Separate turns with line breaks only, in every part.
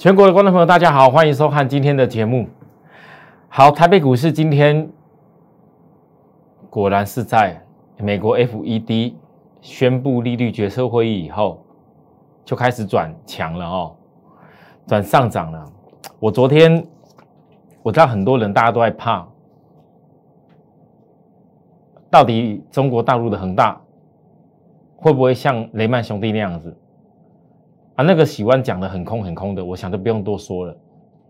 全国的观众朋友，大家好，欢迎收看今天的节目。好，台北股市今天果然是在美国 FED 宣布利率决策会议以后，就开始转强了哦，转上涨了。我昨天我知道很多人大家都在怕，到底中国大陆的恒大会不会像雷曼兄弟那样子？那个喜欢讲的很空很空的，我想就不用多说了。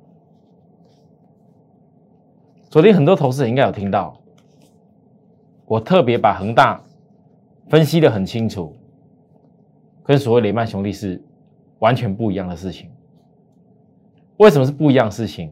昨天很多投资人应该有听到，我特别把恒大分析得很清楚，跟所谓雷曼兄弟是完全不一样的事情。为什么是不一样的事情？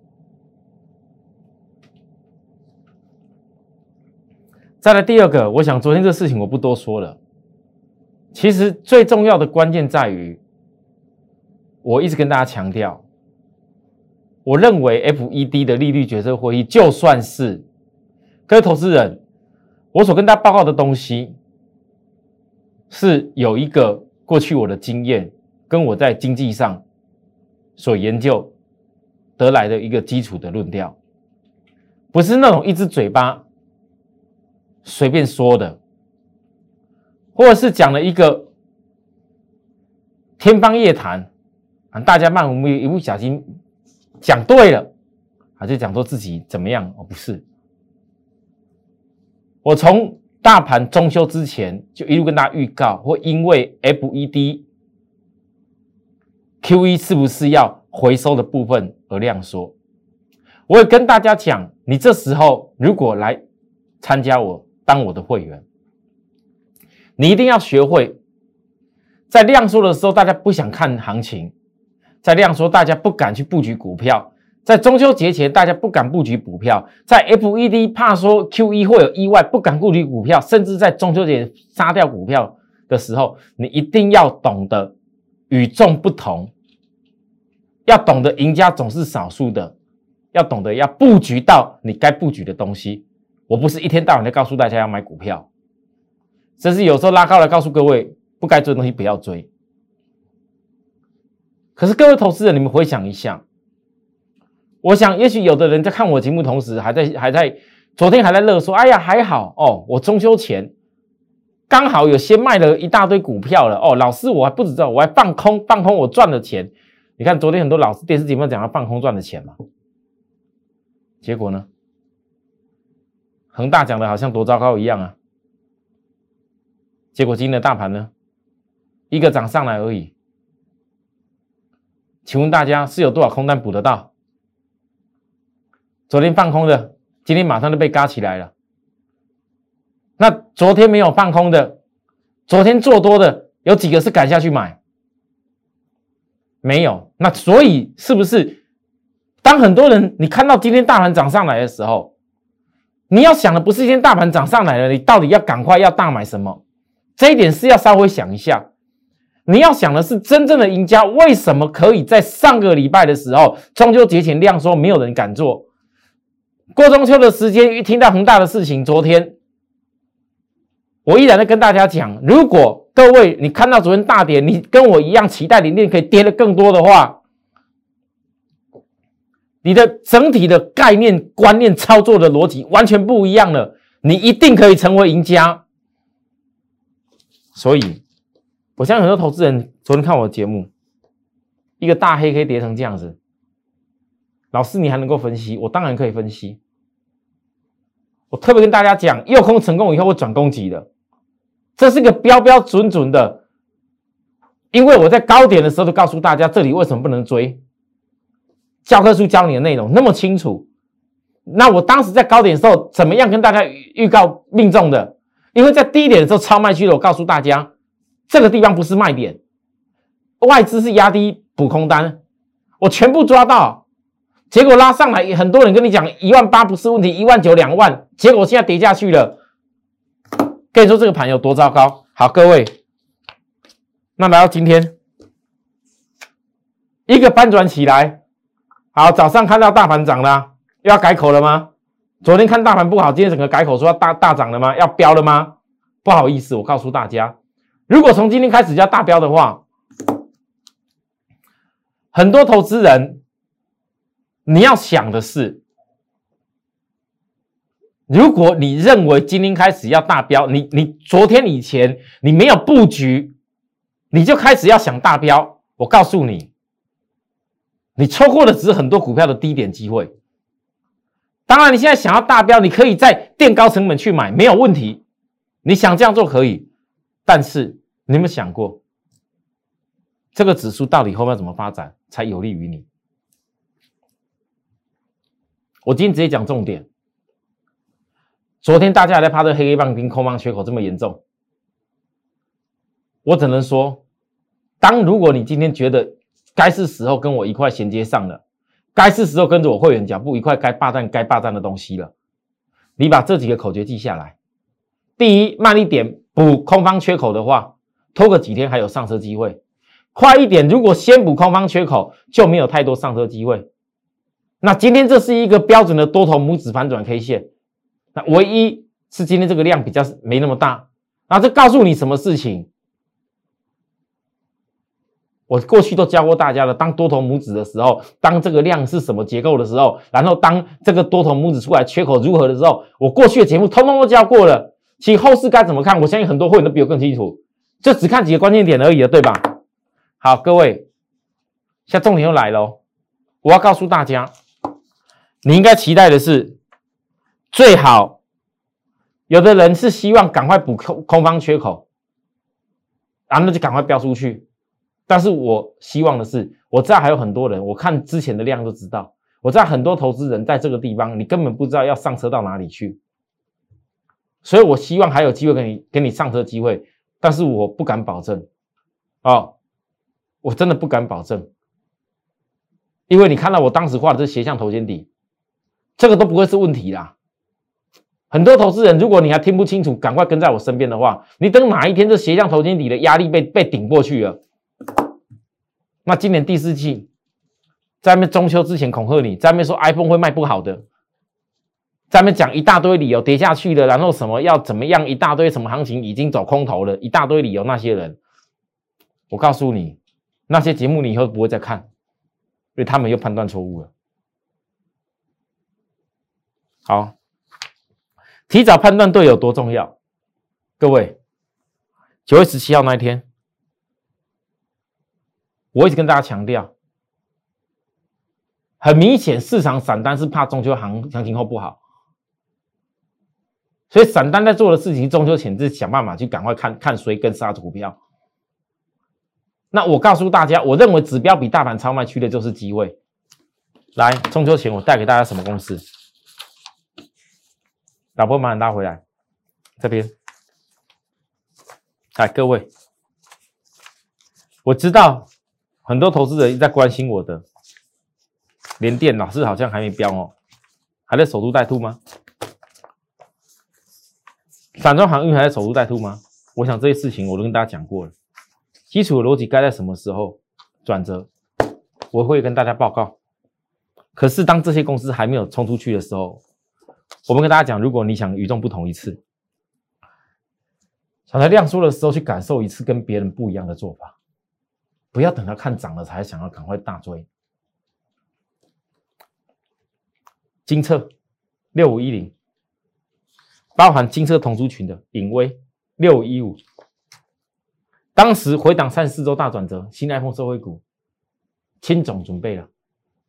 再来第二个，我想昨天这个事情我不多说了。其实最重要的关键在于，我一直跟大家强调，我认为 FED 的利率决策会议，就算是各位投资人，我所跟大家报告的东西，是有一个过去我的经验，跟我在经济上所研究得来的一个基础的论调，不是那种一只嘴巴随便说的，或者是讲了一个天方夜谭。大家漫无一不小心讲对了，就讲说自己怎么样不是。我从大盘中休之前就一路跟大家预告，会因为 FED QE 是不是要回收的部分而量缩。我也跟大家讲，你这时候如果来参加我当我的会员，你一定要学会在量缩的时候大家不想看行情，在量缩大家不敢去布局股票，在中秋节前大家不敢布局股票，在 FED 怕说 QE 会有意外不敢布局股票，甚至在中秋节杀掉股票的时候，你一定要懂得与众不同，要懂得赢家总是少数的，要懂得要布局到你该布局的东西。我不是一天到晚在告诉大家要买股票，甚至有时候拉高来告诉各位不该追的东西不要追。可是各位投资人，你们回想一下，我想也许有的人在看我节目同时还在昨天还在乐说，哎呀还好哦，我中秋前刚好有先卖了一大堆股票了哦，老师我还不知道，我还放空我赚了钱。你看昨天很多老师电视节目讲他放空赚的钱嘛，结果呢，恒大讲的好像多糟糕一样啊，结果今天的大盘呢，一个涨上来而已。请问大家是有多少空单补得到？昨天放空的，今天马上就被嘎起来了。那昨天没有放空的，昨天做多的，有几个是赶下去买？没有。那所以是不是当很多人你看到今天大盘涨上来的时候，你要想的不是今天大盘涨上来了，你到底要赶快要大买什么？这一点是要稍微想一下。你要想的是真正的赢家为什么可以在上个礼拜的时候，中秋节前量缩没有人敢做，过中秋的时间一听到恒大的事情，昨天我依然在跟大家讲，如果各位你看到昨天大跌，你跟我一样期待联电可以跌得更多的话，你的整体的概念观念操作的逻辑完全不一样了，你一定可以成为赢家。所以我相信很多投资人昨天看我的节目，一个大黑可以跌成这样子，老师你还能够分析？我当然可以分析。我特别跟大家讲，诱空成功以后会转攻击的，这是个标标准准的，因为我在高点的时候就告诉大家这里为什么不能追，教科书教你的内容那么清楚。那我当时在高点的时候怎么样跟大家预告命中的？因为在低点的时候超卖区的，我告诉大家这个地方不是卖点，外资是压低补空单，我全部抓到，结果拉上来，很多人跟你讲18000不是问题，19000、20000，结果现在跌下去了。跟你说这个盘有多糟糕。好，各位，那来到今天，一个翻转起来，好，早上看到大盘涨了，又要改口了吗？昨天看大盘不好，今天整个改口说要大涨了吗？要飙了吗？不好意思，我告诉大家，如果从今天开始要大飙的话， 很多投资人，你要想的是，如果你认为今天开始要大飙，你昨天以前你没有布局，你就开始要想大飙，我告诉你，你错过的只是很多股票的低点机会。当然，你现在想要大飙，你可以在垫高成本去买，没有问题。你想这样做可以，但是你有没有想过，这个指数到底后面要怎么发展才有利于你？我今天直接讲重点。昨天大家还在怕这黑棒跟空方缺口这么严重，我只能说，如果你今天觉得该是时候跟我一块衔接上了，该是时候跟着我会员脚步一块该霸占的东西了，你把这几个口诀记下来。第一，慢一点补空方缺口的话，拖个几天还有上车机会；快一点，如果先补空方缺口，就没有太多上车机会。那今天这是一个标准的多头拇指反转 K 线，那唯一是今天这个量比较没那么大。那这告诉你什么事情？我过去都教过大家了，当多头拇指的时候，当这个量是什么结构的时候，然后当这个多头拇指出来缺口如何的时候，我过去的节目通通都教过了。其实后市该怎么看，我相信很多会员都比我更清楚，就只看几个关键点而已了，对吧？好，各位，现在重点又来了，我要告诉大家，你应该期待的是，最好有的人是希望赶快补空方缺口，然后就赶快飙出去。但是我希望的是，我知道还有很多人，我看之前的量就知道，我知道很多投资人在这个地方，你根本不知道要上车到哪里去。所以我希望还有机会给你上车机会，但是我不敢保证我真的不敢保证，因为你看到我当时画的这斜向头肩底，这个都不会是问题啦。很多投资人，如果你还听不清楚，赶快跟在我身边的话，你等哪一天这斜向头肩底的压力被顶过去了，那今年第四季在那边中秋之前恐吓你，在那边说 iPhone 会卖不好的，在那边讲一大堆理由跌下去了，然后什么要怎么样，一大堆什么行情已经走空头了，一大堆理由，那些人，我告诉你，那些节目你以后不会再看，因为他们又判断错误了。好，提早判断对有多重要，各位，9月17号那一天，我一直跟大家强调，很明显市场散单是怕中秋行情后不好。所以散单在做的事情，中秋前是想办法去赶快看谁跟杀股票。那我告诉大家，我认为指标比大盘超卖区的就是机会。来，中秋前我带给大家什么公式？老婆们拉回来，这边。来，各位，我知道很多投资人在关心我的联电，老师好像还没标哦，还在守株待兔吗？散装航运还在守株待兔吗？我想这些事情我都跟大家讲过了。基础的逻辑该在什么时候转折，我会跟大家报告。可是当这些公司还没有冲出去的时候，我们跟大家讲，如果你想与众不同一次，想在量缩的时候去感受一次跟别人不一样的做法，不要等它看涨了才想要赶快大追。精测6510。包含金色同族群的影威6515，当时回档34周大转折，新 iPhone 受惠股，轻总准备了，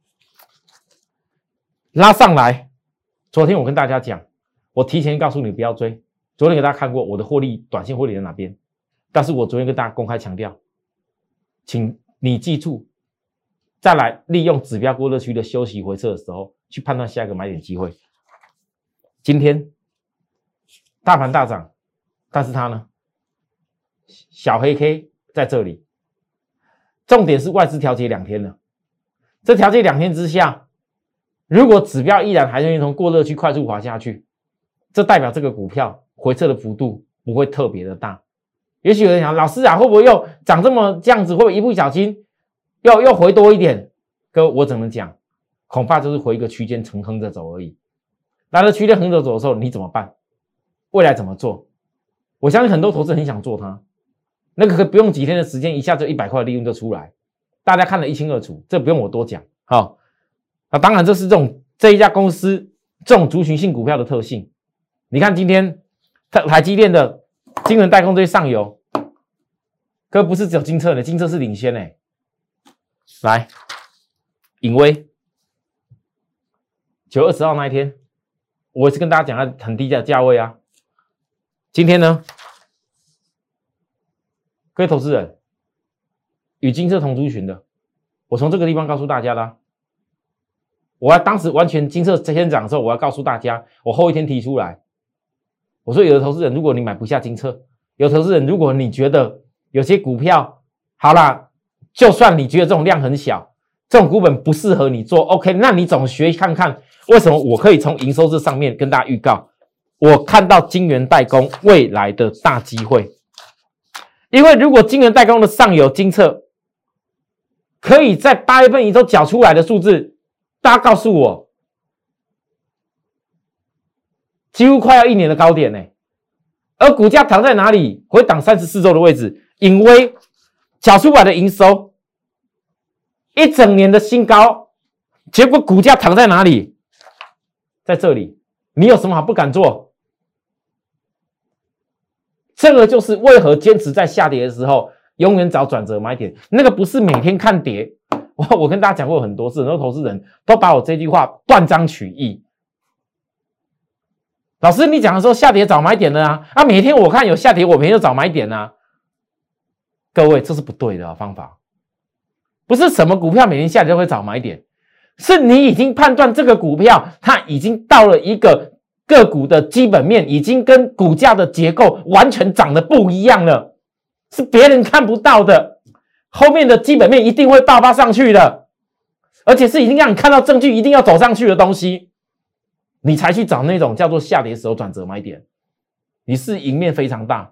拉上来。昨天我跟大家讲，我提前告诉你不要追，昨天给大家看过我的获利，短线获利在哪边，但是我昨天跟大家公开强调，请你记住，再来利用指标过热区的休息回撤的时候，去判断下一个买点机会。今天大盘大涨，但是它呢，小黑 K 在这里，重点是外资调节2天了。这调节2天之下，如果指标依然还愿意从过热区快速滑下去，这代表这个股票回撤的幅度不会特别的大。也许有人想，老师啊，会不会又涨这样子，会不会一不小心又回多一点？各位，我怎么讲？恐怕就是回一个区间横着走而已。那这区间横着走的时候，你怎么办？未来怎么做？我相信很多投资人很想做它，那个不用几天的时间，一下就100块利润就出来。 大家看得一清二楚，这不用我多讲。好，那当然这是这一家公司这种族群性股票的特性。你看今天台积电的晶圆代工这些上游，可不是只有精测的，精测是领先哎。来，颖威9月20号那一天，我也是跟大家讲它很低的价位啊。今天呢，各位投资人，与精测同族群的，我从这个地方告诉大家啦。当时完全精测先涨的时候，我要告诉大家，我后一天提出来，我说有的投资人，如果你买不下精测，有的投资人，如果你觉得有些股票好啦，就算你觉得这种量很小，这种股本不适合你做 ，OK， 那你总学看看为什么我可以从营收这上面跟大家预告，我看到晶圆代工未来的大机会。因为如果晶圆代工的上游精测可以在8月份营收缴出来的数字，大家告诉我，几乎快要1年的高点呢，而股价躺在哪里？回档34周的位置，颖威缴出来的营收1整年的新高，结果股价躺在哪里？在这里，你有什么好不敢做？这个就是为何坚持在下跌的时候永远找转折买点，那个不是每天看跌。我跟大家讲过很多次，很多投资人都把我这句话断章取义。老师，你讲的时候下跌找买点了啊？每天我看有下跌，我每天就找买点啊。各位，这是不对的方法，不是什么股票每天下跌都会找买点，是你已经判断这个股票它已经到了一个个股的基本面已经跟股价的结构完全长得不一样了，是别人看不到的，后面的基本面一定会爆发上去的，而且是已经让你看到证据一定要走上去的东西，你才去找那种叫做下跌时候转折买点，你是赢面非常大。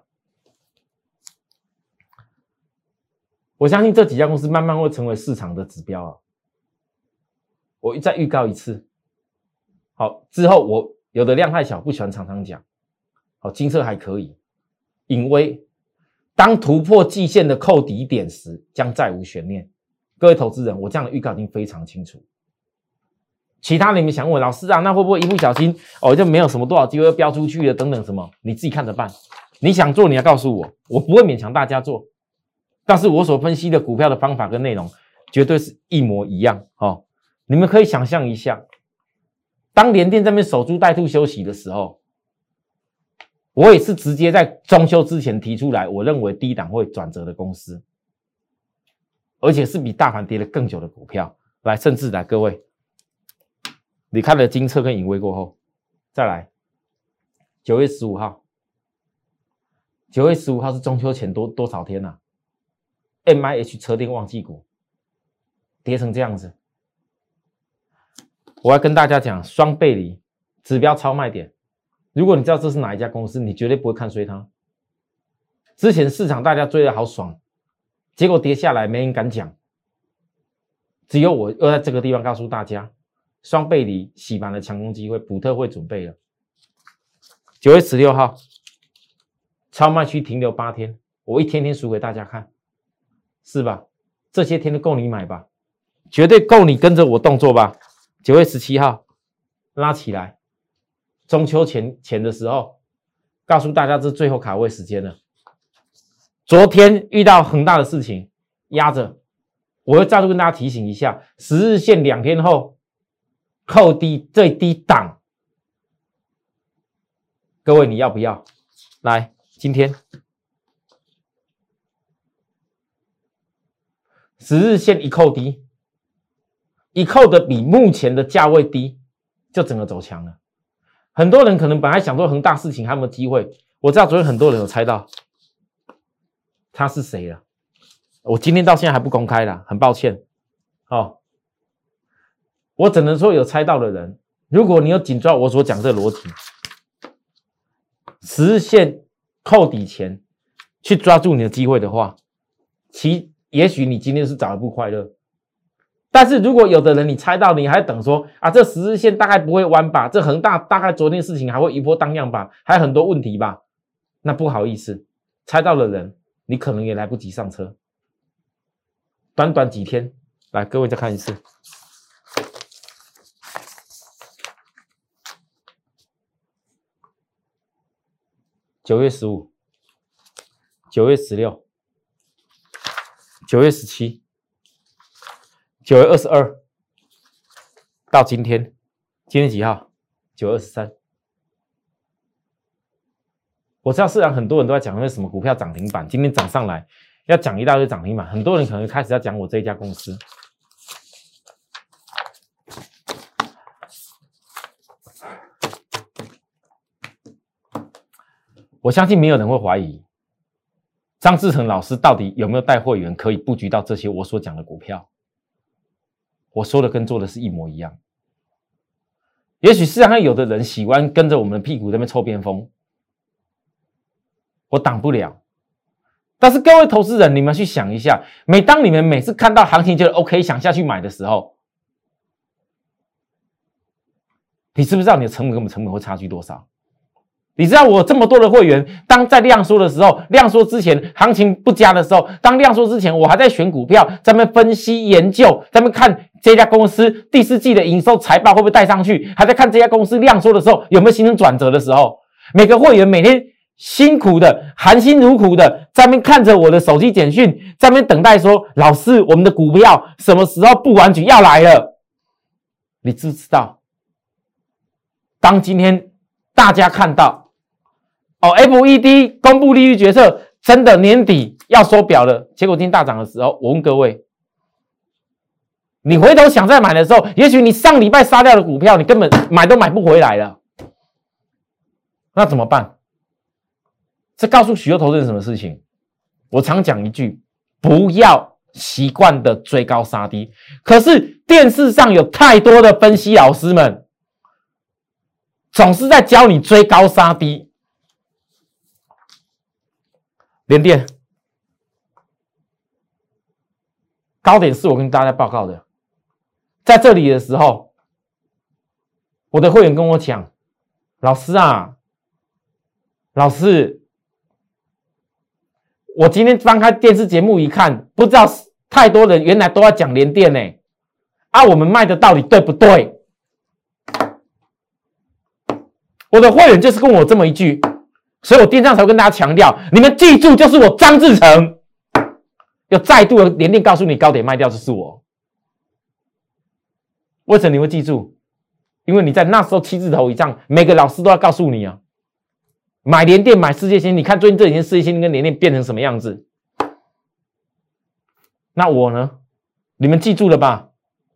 我相信这几家公司慢慢会成为市场的指标啊。我再预告一次，好，之后我有的量太小，不喜欢常常讲。好，精测还可以，颖威当突破季线的扣底点时，将再无悬念。各位投资人，我这样的预告已经非常清楚。其他你们想问老师啊，那会不会一不小心就没有什么多少机会飙出去了等等什么？你自己看着办。你想做，你要告诉我，我不会勉强大家做。但是我所分析的股票的方法跟内容绝对是一模一样哦。你们可以想象一下，当联电在那边守株待兔休息的时候，我也是直接在中秋之前提出来，我认为低档会转折的公司，而且是比大盘跌得更久的股票。来，甚至来各位，你看了精测跟颖威过后，再来9月15号，9月15号是中秋前多少天啊？ MIH 车电旺季股跌成这样子，我要跟大家讲双背离指标超卖点。如果你知道这是哪一家公司，你绝对不会看衰它。之前市场大家追得好爽，结果跌下来没人敢讲，只有我又在这个地方告诉大家，双背离洗盘的强攻机会，补特会准备了。9月16号超卖区停留8天，我一天天数给大家看。是吧？这些天都够你买吧，绝对够你跟着我动作吧。9月17号拉起来，中秋前的时候，告诉大家这是最后卡位时间了。昨天遇到恒大的事情压着，我会再度跟大家提醒一下，10日线2天后扣低最低档，各位你要不要？来，今天。10日线一扣低，一扣的比目前的价位低，就整个走强了。很多人可能本来想说恒大事情还有没有机会，我知道昨天很多人有猜到他是谁了，我今天到现在还不公开啦，很抱歉。哦，我只能说有猜到的人，如果你有紧抓我所讲这个逻辑，10日线扣底前去抓住你的机会的话，也许你今天是找得不快乐，但是如果有的人你猜到，你还等说啊，这10日线大概不会弯吧，这恒大大概昨天事情还会一波荡漾吧，还有很多问题吧，那不好意思，猜到的人你可能也来不及上车。 短短几天，来各位再看一次。9月15、9月16、9月17、9月22，到今天，今天几号？9月23。我知道市场很多人都在讲那什么股票涨停板，今天涨上来要讲一大堆涨停板，很多人可能开始要讲我这一家公司。我相信没有人会怀疑张志成老师到底有没有带会员可以布局到这些我所讲的股票。我说的跟做的是一模一样。也许市场上有的人喜欢跟着我们的屁股在那边臭边风，我挡不了。但是各位投资人，你们去想一下，每当你们每次看到行情觉得 OK 想下去买的时候，你知不知道你的成本跟我们成本会差距多少？你知道我这么多的会员，当在量缩的时候，量缩之前行情不佳的时候，当量缩之前我还在选股票，在那边分析研究，在那边看这家公司第4季的营收财报会不会带上去，还在看这家公司量缩的时候有没有形成转折的时候，每个会员每天辛苦的含辛茹苦的在那边看着我的手机简讯，在那边等待说，老师我们的股票什么时候布完局要来了。你知不知道当今天大家看到FED 公布利率决策，真的年底要收表了，结果今天大涨的时候，我问各位，你回头想再买的时候，也许你上礼拜杀掉的股票，你根本买都买不回来了，那怎么办？这告诉许多投资人什么事情？我常讲一句，不要习惯的追高杀低。可是电视上有太多的分析老师们，总是在教你追高杀低。联电高点是我跟大家报告的，在这里的时候，我的会员跟我讲，老师啊，老师，我今天翻开电视节目一看，不知道太多人原来都要讲联电呢，我们卖的到底对不对？我的会员就是跟我这么一句。所以我电视上才会跟大家强调，你们记住，就是我张志成，要再度的联电告诉你高点卖掉就是我。为什么你会记住？因为你在那时候7字头以上，每个老师都要告诉你啊，买联电买世界先，你看最近这几天世界先跟联电变成什么样子？那我呢？你们记住了吧？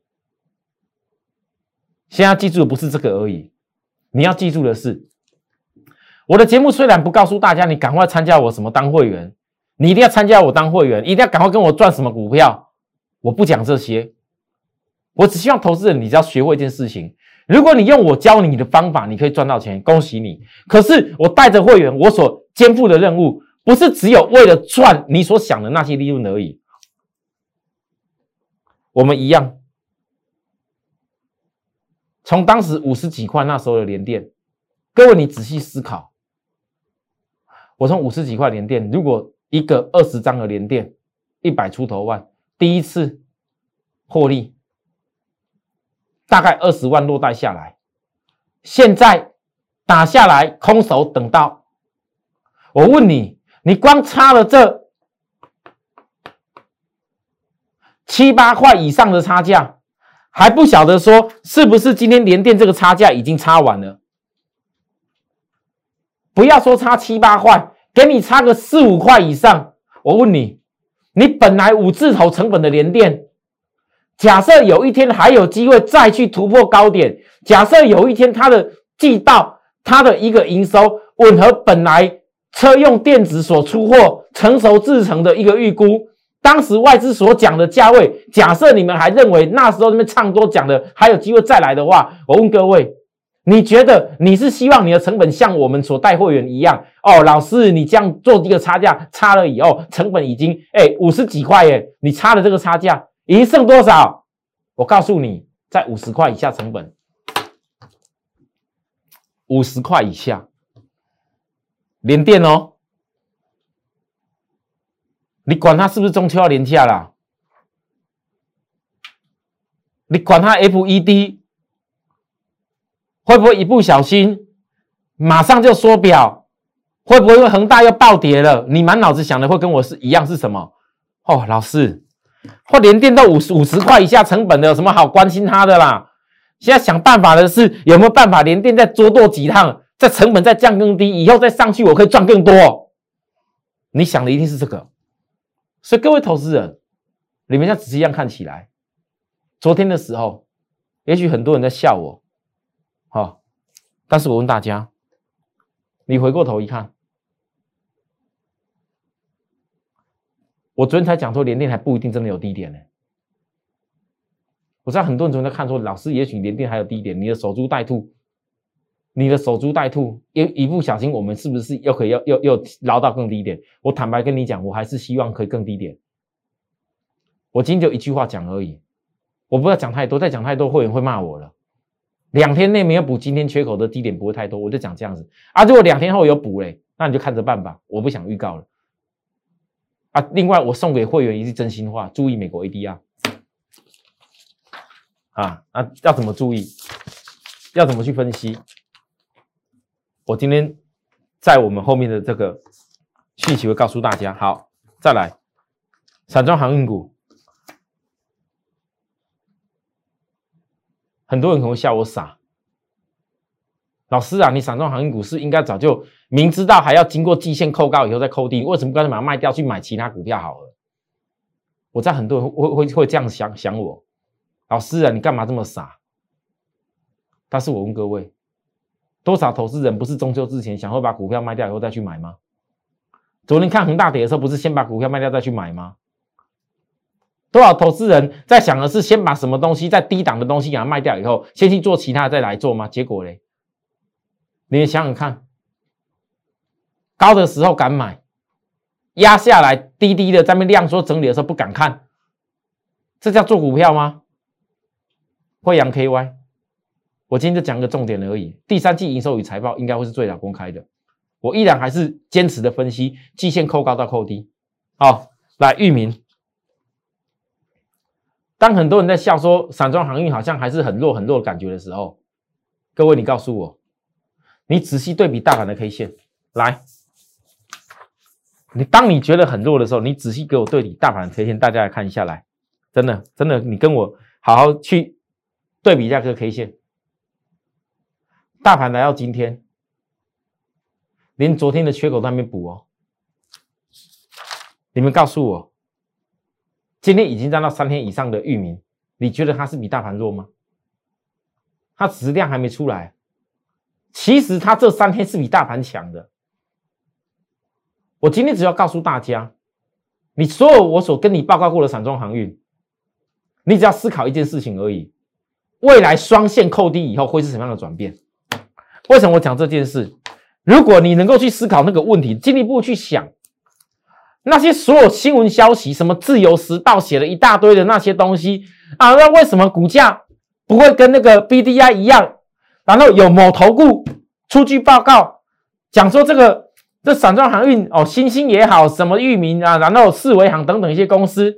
现在记住的不是这个而已，你要记住的是。我的节目虽然不告诉大家你赶快参加我什么当会员，你一定要参加我当会员，一定要赶快跟我赚什么股票，我不讲这些。我只希望投资人你只要学会一件事情，如果你用我教你的方法，你可以赚到钱，恭喜你。可是我带着会员，我所肩负的任务不是只有为了赚你所想的那些利润而已。我们一样，从当时50几块那时候的联电，各位你仔细思考，我从50几块联电，如果一个20张的联电100出头万，第一次获利大概20万落袋下来，现在打下来空手等到，我问你，你光差了这7、8块以上的差价，还不晓得说是不是今天联电这个差价已经差完了？不要说差7、8块，给你差个4、5块以上，我问你，你本来5字头成本的联电，假设有一天还有机会再去突破高点，假设有一天它的季报，它的一个营收吻合本来车用电子所出货成熟制成的一个预估，当时外资所讲的价位，假设你们还认为那时候那边唱多讲的还有机会再来的话，我问各位，你觉得你是希望你的成本像我们所带会员一样老师你这样做一个差价差了以后，成本已经50几块你差了这个差价已经剩多少？我告诉你，在50块以下成本，50块以下，联电你管它是不是中秋要连假啦？ 你管它 FED 会不会一不小心马上就缩表？会不会因为恒大又暴跌了？你满脑子想的会跟我是一样是什么？哦，老师，或联电都50块以下成本的，有什么好关心它的啦？现在想办法的是有没有办法联电再多做几趟，再成本再降更低，以后再上去我可以赚更多。你想的一定是这个。所以各位投资人，你们像仔细这样看起来，昨天的时候，也许很多人在笑我，但是我问大家，你回过头一看，我昨天才讲说联电还不一定真的有低点呢。我知道很多人昨天在看说，老师也许联电还有低点，你的守株待兔，一不小心我们是不是又可以又捞到更低点？我坦白跟你讲，我还是希望可以更低点。我今天就一句话讲而已，我不要讲太多，再讲太多会员会骂我了。2天内没有补今天缺口的低点不会太多，我就讲这样子啊。如果2天后有补嘞，那你就看着办吧，我不想预告了啊。另外，我送给会员一句真心话，注意美国 ADR 啊，要怎么注意？要怎么去分析？我今天在我们后面的这个讯息会告诉大家。好，再来，散装航运股，很多人可能会笑我傻。老师啊，你散装航运股是应该早就明知道还要经过季线扣高以后再扣低，为什么干脆把它卖掉去买其他股票好了？我知道很多人会这样想我，老师啊，你干嘛这么傻？但是我问各位，多少投资人不是中秋之前想会把股票卖掉以后再去买吗？昨天看恒大跌的时候，不是先把股票卖掉再去买吗？多少投资人在想的是先把什么东西在低档的东西给它卖掉以后，先去做其他的再来做吗？结果嘞，你们想想看，高的时候敢买，压下来低低的在那边量缩整理的时候不敢看，这叫做股票吗？惠阳 KY， 我今天就讲个重点而已。第3季营收与财报应该会是最早公开的，我依然还是坚持的分析，季线扣高到扣低。好，来裕民。当很多人在笑说散装航运好像还是很弱的感觉的时候，各位你告诉我，你仔细对比大盘的 K 线，来，当你觉得很弱的时候，你仔细给我对比大盘的 K 线，大家来看一下来，真的，你跟我好好去对比一下这个 K 线，大盘来到今天，连昨天的缺口都还没补哦，你们告诉我。今天已经站到3天以上的裕民，你觉得它是比大盘弱吗？它只是量还没出来，其实它这3天是比大盘强的。我今天只要告诉大家，你所有我所跟你报告过的散装航运，你只要思考一件事情而已：未来双线扣低以后会是什么样的转变？为什么我讲这件事？如果你能够去思考那个问题，进一步去想。那些所有新闻消息，什么自由时报写了一大堆的那些东西啊，那为什么股价不会跟那个 BDI 一样？然后有某投顾出具报告，讲说这散装航运哦，新兴也好，什么裕民啊，然后世维航等等一些公司，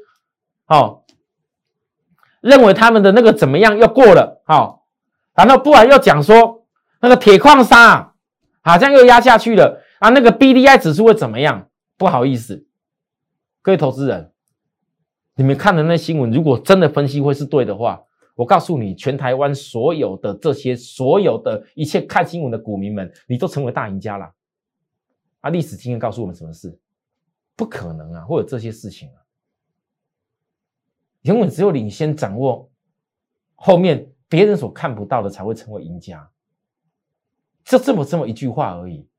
认为他们的那个怎么样又过了，然后不然又讲说那个铁矿砂好像又压下去了啊，那个 BDI 指数会怎么样？不好意思。各位投资人，你们看的那新闻，如果真的分析会是对的话，我告诉你，全台湾所有的一切看新闻的股民们，你都成为大赢家了。啊，历史经验告诉我们什么事？不可能啊，会有这些事情啊。永远只有领先掌握后面别人所看不到的，才会成为赢家。就这么一句话而已。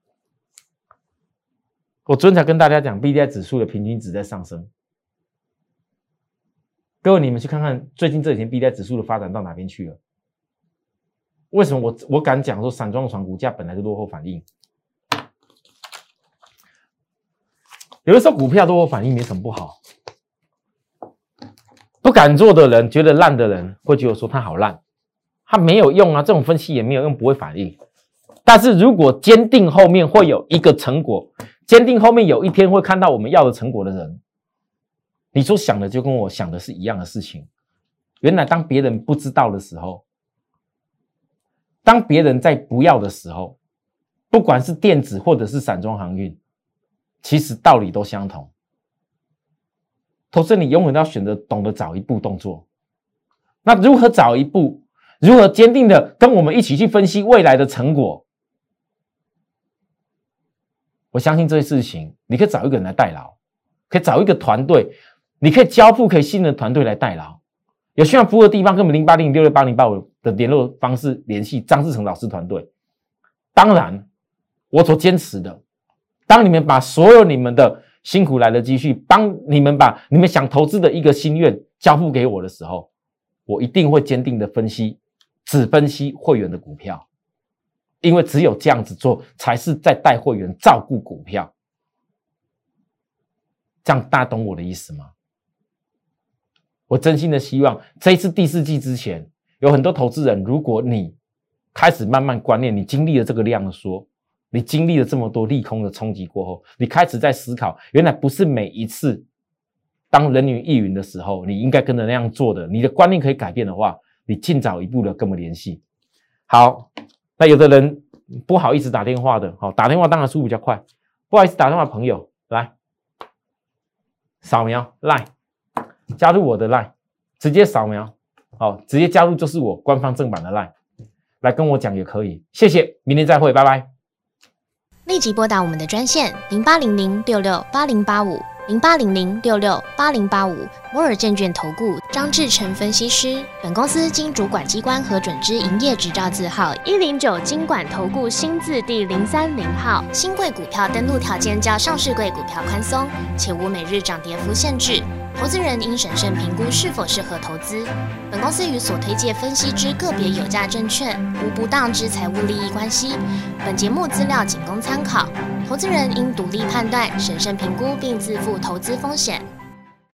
我昨天才跟大家讲 BDI 指数的平均值在上升，各位你们去看看最近这几天 BDI 指数的发展到哪边去了？为什么我敢讲说散装船股价本来就落后反应？有的时候股票落后反应没什么不好，不敢做的人觉得烂的人会觉得说他好烂，他没有用啊，这种分析也没有用，不会反应。但是如果坚定后面会有一个成果，坚定后面有一天会看到我们要的成果的人，你所想的就跟我想的是一样的事情， 原来当别人不知道的时候，当别人在不要的时候，不管是电子或者是散装航运，其实道理都相同。投资人你永远都要选择懂得早一步动作。那如何早一步？如何坚定的跟我们一起去分析未来的成果？我相信这些事情，你可以找一个人来代劳，可以找一个团队，你可以交付可以信任的团队来代劳。有需要服务的地方，跟我们0806680885的联络方式联系张志成老师团队。当然，我所坚持的，当你们把所有你们的辛苦来的积蓄，帮你们把你们想投资的一个心愿交付给我的时候，我一定会坚定的分析，只分析会员的股票，因为只有这样子做，才是在带会员照顾股票。这样大家懂我的意思吗？我真心的希望这一次第4季之前，有很多投资人，如果你开始慢慢观念，你经历了这个量缩，你经历了这么多利空的冲击过后，你开始在思考，原来不是每一次当人云亦云的时候，你应该跟着那样做的。你的观念可以改变的话，你尽早一步的跟我们联系。好，那有的人不好意思打电话的，打电话当然速度比较快，不好意思打电话的朋友，来扫描 LINE。加入我的 LINE， 直接扫描，直接加入就是我官方正版的 LINE， 来跟我讲也可以。谢谢，明天再会，拜拜。
立即拨打我们的专线0800668085，0800668085，摩尔证券投顾张志成分析师。本公司经主管机关核准之营业执照字号109金管投顾新字第030号。新贵股票登录条件较上市贵股票宽松，且无每日涨跌幅限制。投资人应审慎评估是否适合投资。本公司与所推介分析之个别有价证券无不当之财务利益关系。本节目资料仅供参考，投资人应独立判断、审慎评估并自负投资风险。